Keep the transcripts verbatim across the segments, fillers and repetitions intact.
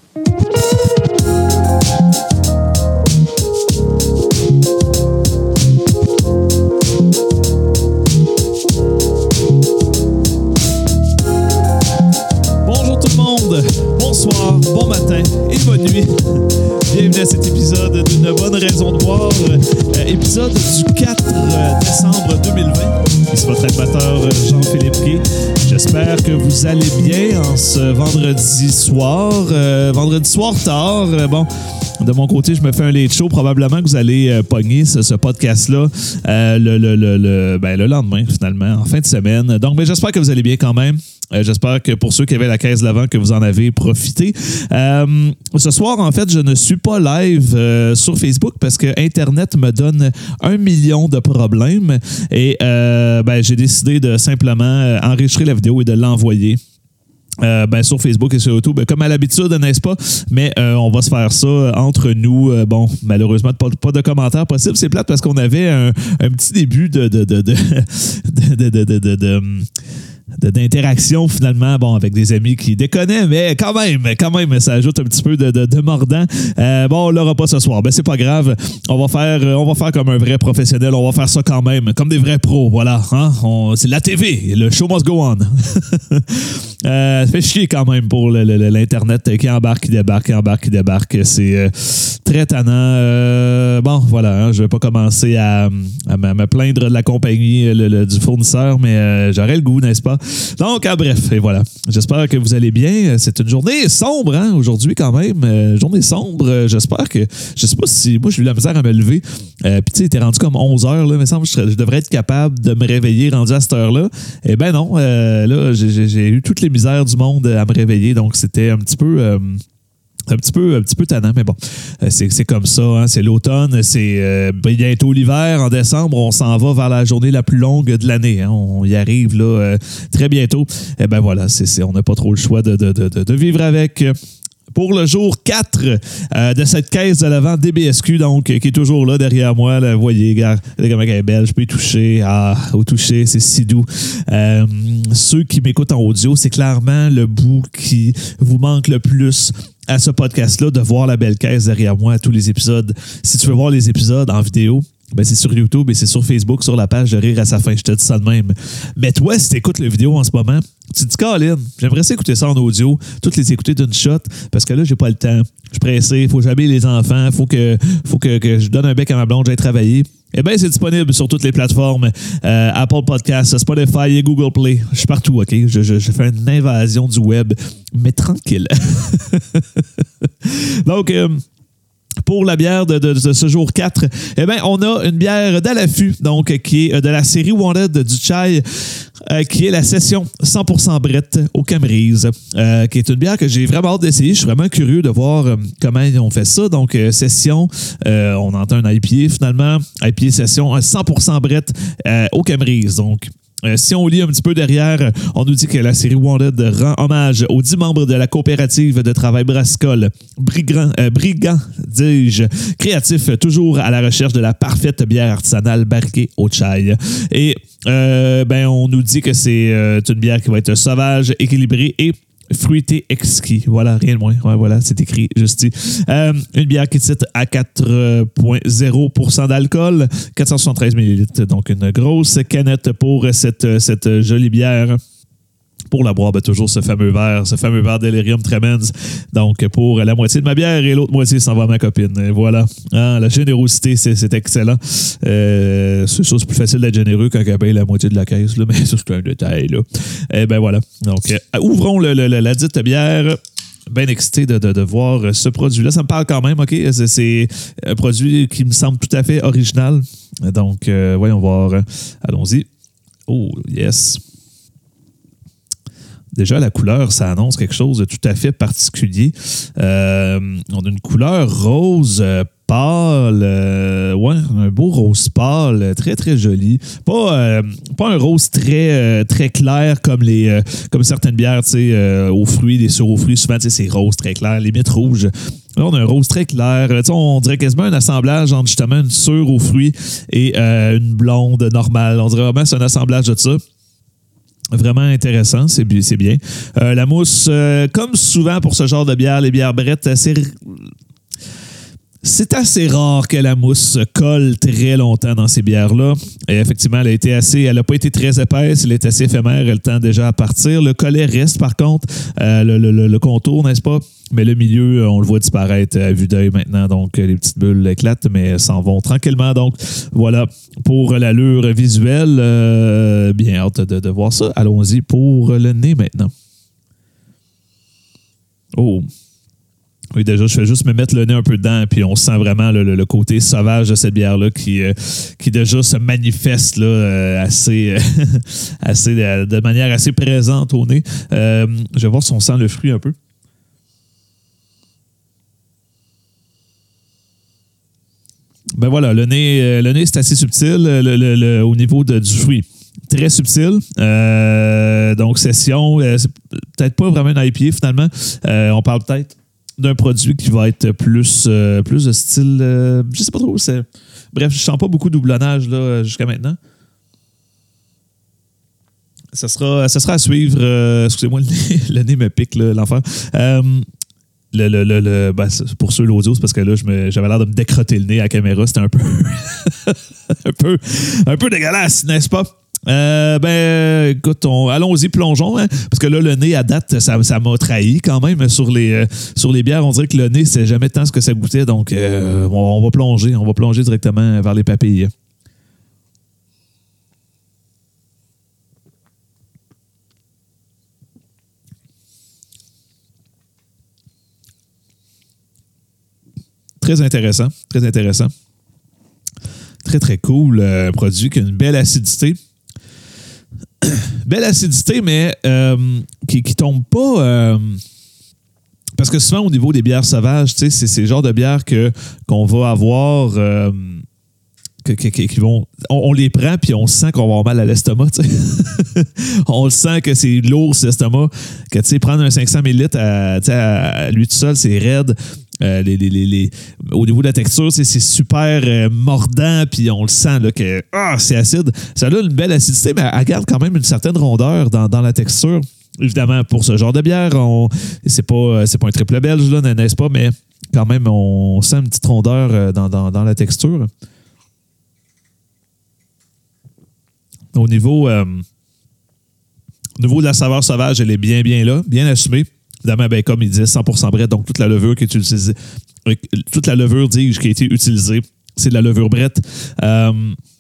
Bonsoir, bon matin et bonne nuit. Bienvenue à cet épisode d'une bonne raison de boire. Euh, épisode du quatre décembre deux mille vingt. C'est votre animateur Jean-Philippe Gué. J'espère que vous allez bien en ce vendredi soir. Euh, vendredi soir tard. Euh, bon, de mon côté, je me fais un late show. Probablement que vous allez euh, pogner ce, ce podcast-là euh, le, le, le, le, ben, le lendemain, finalement, en fin de semaine. Donc, ben, j'espère que vous allez bien quand même. Euh, j'espère que pour ceux qui avaient la caisse de l'avant, que vous en avez profité. Euh, ce soir, en fait, je ne suis pas live euh, sur Facebook parce que Internet me donne un million de problèmes et euh, ben, j'ai décidé de simplement enregistrer la vidéo et de l'envoyer. Euh, ben, sur Facebook et sur YouTube, ben, comme à l'habitude, n'est-ce pas? Mais euh, on va se faire ça entre nous. Euh, bon, malheureusement, pas, pas de commentaires possibles. C'est plate parce qu'on avait un, un petit début de... de, de, de, de, de, de, de, de, de d'interaction finalement, bon, avec des amis qui déconnaient, mais quand même, quand même, ça ajoute un petit peu de, de, de mordant. Euh, bon, on l'aura pas ce soir, ben c'est pas grave. On va faire, on va faire comme un vrai professionnel, on va faire ça quand même, comme des vrais pros, voilà. Hein? On, c'est la T V, le show must go on. euh, ça fait chier quand même pour le, le, l'Internet qui embarque, qui débarque, qui embarque, qui débarque. C'est euh, très tannant. Euh, bon, voilà, hein, je vais pas commencer à, à me plaindre de la compagnie, le, le, du fournisseur, mais euh, j'aurais le goût, n'est-ce pas? Donc, ah, bref, et voilà. J'espère que vous allez bien. C'est une journée sombre, hein, aujourd'hui, quand même. Euh, journée sombre. Euh, j'espère que... Je sais pas si... Moi, j'ai eu la misère à me lever. Euh, Puis, tu sais, il était rendu comme onze heures, là. Il me semble que je, je devrais être capable de me réveiller rendu à cette heure-là. Eh ben non. Euh, là, j'ai, j'ai, j'ai eu toutes les misères du monde à me réveiller. Donc, c'était un petit peu... Euh, Un petit peu, un petit peu tannant, mais bon, c'est, c'est comme ça, hein, c'est l'automne, c'est euh, bientôt l'hiver. En décembre, on s'en va vers la journée la plus longue de l'année. Hein, on y arrive là euh, très bientôt. Et ben voilà, c'est, c'est, on n'a pas trop le choix de, de, de, de vivre avec. Pour le jour quatre euh, de cette caisse de l'avant D B S Q, donc, qui est toujours là derrière moi. Là, vous voyez, regarde, comment elle est belle, je peux y toucher. Ah, au toucher, c'est si doux. Euh, ceux qui m'écoutent en audio, c'est clairement le bout qui vous manque le plus à ce podcast-là, de voir la belle caisse derrière moi à tous les épisodes. Si tu veux voir les épisodes en vidéo, ben c'est sur YouTube et c'est sur Facebook, sur la page de Rire à sa fin. Je te dis ça de même. Mais toi, si tu écoutes la vidéo en ce moment, tu te dis, Colin, j'aimerais ça écouter ça en audio, toutes les écouter d'une shot, parce que là, j'ai pas le temps. Je suis pressé, il faut que j'habille les enfants, il faut que, faut que, que je donne un bec à ma blonde, j'aille travailler. Eh bien, c'est disponible sur toutes les plateformes. Euh, Apple Podcasts, Spotify et Google Play. Je suis partout, OK? Je, je, je fais une invasion du web, mais tranquille. Donc... Euh, Pour la bière de, de, de ce jour quatre, eh bien, on a une bière d'à l'affût, donc, qui est de la série Wanted du Chai, euh, qui est la session cent pour cent Brett au Camerise, euh, qui est une bière que j'ai vraiment hâte d'essayer. Je suis vraiment curieux de voir euh, comment ils ont fait ça. Donc, euh, session, euh, on entend un I P A finalement, I P A session cent pour cent Brett euh, au Camerise, donc. Euh, si on lit un petit peu derrière, on nous dit que la série Wanted rend hommage aux dix membres de la coopérative de travail brassicole. Brigand, euh, brigand, dis-je, créatif, toujours à la recherche de la parfaite bière artisanale barriquée au chai. Et euh, ben, on nous dit que c'est euh, une bière qui va être sauvage, équilibrée et fruité exquis. Voilà, rien de moins. Ouais, voilà, c'est écrit, juste dit. Euh, une bière qui titre à quatre virgule zéro pour cent d'alcool, quatre cent soixante-treize millilitres. Donc, une grosse canette pour cette, cette jolie bière. Pour la boire, ben, toujours ce fameux verre, ce fameux verre Delirium Tremens. Donc, pour la moitié de ma bière et l'autre moitié s'en va à ma copine. Et voilà. Hein, la générosité, c'est, c'est excellent. Euh, c'est sûr, c'est plus facile d'être généreux quand elle paye la moitié de la caisse, là, mais ça, c'est un détail, là. Et ben voilà. Donc, euh, ouvrons le, le, la dite bière. Bien excité de, de, de voir ce produit-là. Ça me parle quand même, OK? C'est, c'est un produit qui me semble tout à fait original. Donc, euh, voyons voir. Allons-y. Oh, yes. Déjà, la couleur, ça annonce quelque chose de tout à fait particulier. Euh, on a une couleur rose euh, pâle, euh, ouais, un beau rose pâle, très, très joli. Pas, euh, pas un rose très, euh, très clair comme, les, euh, comme certaines bières, tu sais, euh, aux fruits, des sirop aux fruits, souvent, tu sais, c'est rose très clair, limite rouge. Là, on a un rose très clair. Tu sais, on dirait quasiment un assemblage entre justement une sûre aux fruits et euh, une blonde normale. On dirait vraiment que c'est un assemblage de ça. Vraiment intéressant, c'est bien. C'est bien. Euh, la mousse, euh, comme souvent pour ce genre de bière, les bières brettes, assez... c'est assez rare que la mousse colle très longtemps dans ces bières-là. Et effectivement, elle a été assez, elle n'a pas été très épaisse, elle est assez éphémère, elle tend déjà à partir. Le collet reste par contre, euh, le, le, le contour, n'est-ce pas? Mais le milieu, on le voit disparaître à vue d'œil maintenant. Donc, les petites bulles éclatent, mais s'en vont tranquillement. Donc, voilà pour l'allure visuelle. Euh, bien hâte de, de voir ça. Allons-y pour le nez maintenant. Oh! Oui, déjà, je fais juste me mettre le nez un peu dedans, puis on sent vraiment le, le, le côté sauvage de cette bière-là qui, euh, qui déjà se manifeste là, euh, assez, euh, assez de, de manière assez présente au nez. Euh, je vais voir si on sent le fruit un peu. Ben voilà, le nez, le nez c'est assez subtil le, le, le, au niveau de, du fruit. Très subtil. Euh, donc, session, euh, c'est peut-être pas vraiment un I P A finalement. Euh, on parle peut-être d'un produit qui va être plus, euh, plus de style. Euh, je sais pas trop. C'est... Bref, je sens pas beaucoup de doublonnage là, jusqu'à maintenant. Ça sera, ça sera à suivre. Euh, excusez-moi, le nez, le nez me pique, là, l'enfer. Euh, Le, le, le, le, ben, pour ceux l'audio, c'est parce que là, je me, j'avais l'air de me décrotter le nez à la caméra. C'était un peu, un peu, un peu dégueulasse, n'est-ce pas? Euh, ben, écoute, on, allons-y, plongeons. Hein, parce que là, le nez, à date, ça, ça m'a trahi quand même sur les, euh, sur les bières. On dirait que le nez, c'est jamais tant ce que ça goûtait. Donc, euh, on, on va plonger. On va plonger directement vers les papilles. Très intéressant, très intéressant. Très, très cool. Un euh, produit qui a une belle acidité. Belle acidité, mais euh, qui, qui tombe pas... Euh, parce que souvent, au niveau des bières sauvages, c'est, c'est le genre de bières que, qu'on va avoir... Euh, que, que, que, qui vont, on, on les prend puis on sent qu'on va avoir mal à l'estomac. On le sent que c'est lourd, cet estomac. Que prendre un cinq cents millilitres à, à lui tout seul, c'est raide. Euh, les, les, les, les, au niveau de la texture, c'est, c'est super euh, mordant, puis on le sent là, que ah, c'est acide. Ça a une belle acidité, mais elle garde quand même une certaine rondeur dans, dans la texture. Évidemment, pour ce genre de bière, on, c'est pas, c'est pas un triple belge, là, n'est-ce pas, mais quand même, on sent une petite rondeur dans, dans, dans la texture. Au niveau, euh, au niveau de la saveur sauvage, elle est bien, bien là, bien assumée. Évidemment, ben, comme il disait, cent pour cent brette, donc toute la levure qui est utilisée, toute la levure, dis-je, qui a été utilisée, c'est de la levure brette. Euh,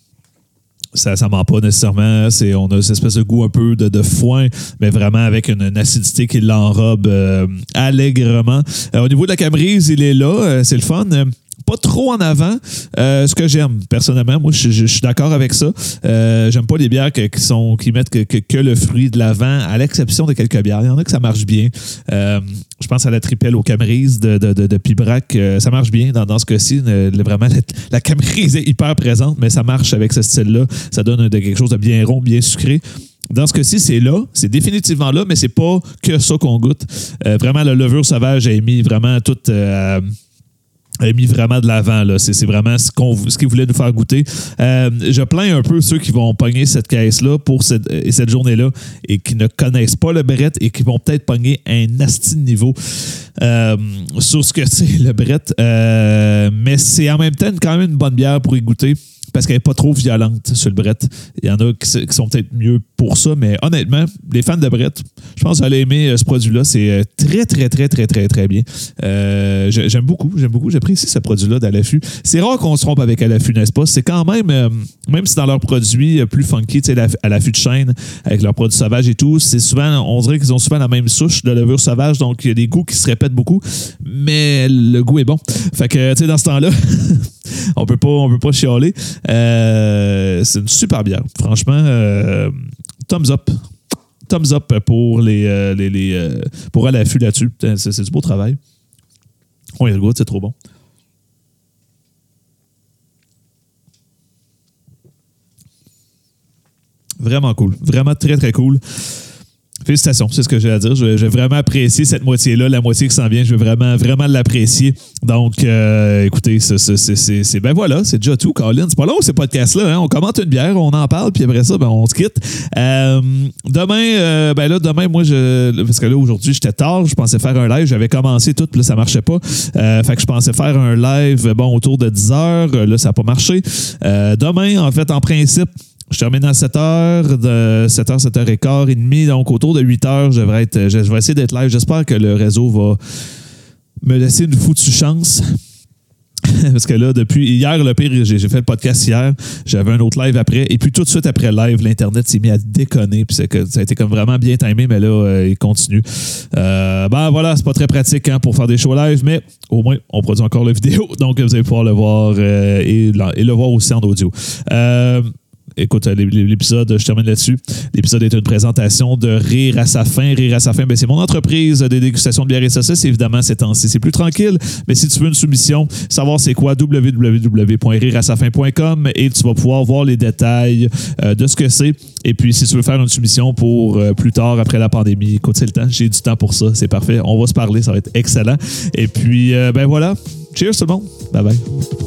ça ne ment pas nécessairement. C'est, on a cette espèce de goût un peu de, de foin, mais vraiment avec une, une acidité qui l'enrobe euh, allègrement. Euh, au niveau de la Camerise, il est là, euh, c'est le fun. Euh, Pas trop en avant, euh, ce que j'aime personnellement. Moi, je, je, je suis d'accord avec ça. Euh, j'aime pas les bières que, qui, sont, qui mettent que, que, que le fruit de l'avant, à l'exception de quelques bières. Il y en a que ça marche bien. Euh, je pense à la tripelle au Camerise de, de, de, de Pibrac. Euh, ça marche bien dans, dans ce cas-ci. Euh, vraiment, la, la Camerise est hyper présente, mais ça marche avec ce style-là. Ça donne de, quelque chose de bien rond, bien sucré. Dans ce cas-ci, c'est là, c'est définitivement là, mais c'est pas que ça qu'on goûte. Euh, vraiment, la levure sauvage a mis vraiment toute... Euh, a mis vraiment de l'avant. Là. C'est, c'est vraiment ce, qu'on, ce qu'ils voulaient nous faire goûter. Euh, je plains un peu ceux qui vont pogner cette caisse-là pour cette, cette journée-là et qui ne connaissent pas le Brett et qui vont peut-être pogner un asti de niveau euh, sur ce que c'est le Brett. Euh, mais c'est en même temps quand même une bonne bière pour y goûter. Parce qu'elle n'est pas trop violente sur le Brett. Il y en a qui, qui sont peut-être mieux pour ça, mais honnêtement, les fans de Brett, je pense que vous allez aimer ce produit-là. C'est très, très, très, très, très, très bien. Euh, j'aime beaucoup, j'aime beaucoup. J'apprécie ce produit-là d'À l'affût. C'est rare qu'on se trompe avec À l'affût, n'est-ce pas? C'est quand même, euh, même si dans leurs produits plus funky, tu sais, À l'affût de chêne, avec leurs produits sauvages et tout, c'est souvent, on dirait qu'ils ont souvent la même souche de levure sauvage, donc il y a des goûts qui se répètent beaucoup, mais le goût est bon. Fait que, tu sais, dans ce temps-là, on peut pas, on peut pas chialer. Euh, c'est une super bière. Franchement, euh, thumbs up. Thumbs up pour les, euh, les, les euh, pour À l'affût là-dessus. C'est, c'est du beau travail. Oh, il y a le goût, c'est trop bon. Vraiment cool. Vraiment très, très cool. félicitations, c'est ce que j'ai à dire. Je vais, je vais vraiment apprécier cette moitié-là, la moitié qui s'en vient. Je vais vraiment, vraiment l'apprécier. Donc, euh, écoutez, c'est, c'est, c'est, c'est, ben voilà, c'est déjà tout, Colin. C'est pas long, ces podcasts-là. Hein? On commente une bière, on en parle, puis après ça, ben, on se quitte. Euh, demain, euh, ben là, demain, moi, je, parce que là, aujourd'hui, j'étais tard, je pensais faire un live. J'avais commencé tout, puis là, ça marchait pas. Euh, fait que je pensais faire un live, bon, autour de dix heures. Là, ça n'a pas marché. Euh, demain, en fait, en principe, je termine à sept heures, de sept heures, sept heures quinze, donc autour de huit heures, je devrais être, je vais essayer d'être live. J'espère que le réseau va me laisser une foutue chance. Parce que là, depuis hier, le pire, j'ai, j'ai fait le podcast hier, j'avais un autre live après, et puis tout de suite après le live, l'Internet s'est mis à déconner, puis c'est que ça a été comme vraiment bien timé, mais là, euh, il continue. Euh, ben voilà, c'est pas très pratique hein, pour faire des shows live, mais au moins, on produit encore la vidéo, donc vous allez pouvoir le voir euh, et, et le voir aussi en audio. Euh, Écoute, l'épisode, je termine là-dessus. L'épisode est une présentation de Rire à sa fin. Rire à sa fin, ben, c'est mon entreprise de dégustation de bière et saucisses. Évidemment, ces temps-ci, c'est plus tranquille. Mais si tu veux une soumission, savoir c'est quoi, w w w point rire à sa fin point com et tu vas pouvoir voir les détails euh, de ce que c'est. Et puis, si tu veux faire une soumission pour euh, plus tard, après la pandémie, écoute, c'est le temps. J'ai du temps pour ça. C'est parfait. On va se parler. Ça va être excellent. Et puis, euh, ben voilà. Cheers tout le monde. Bye bye.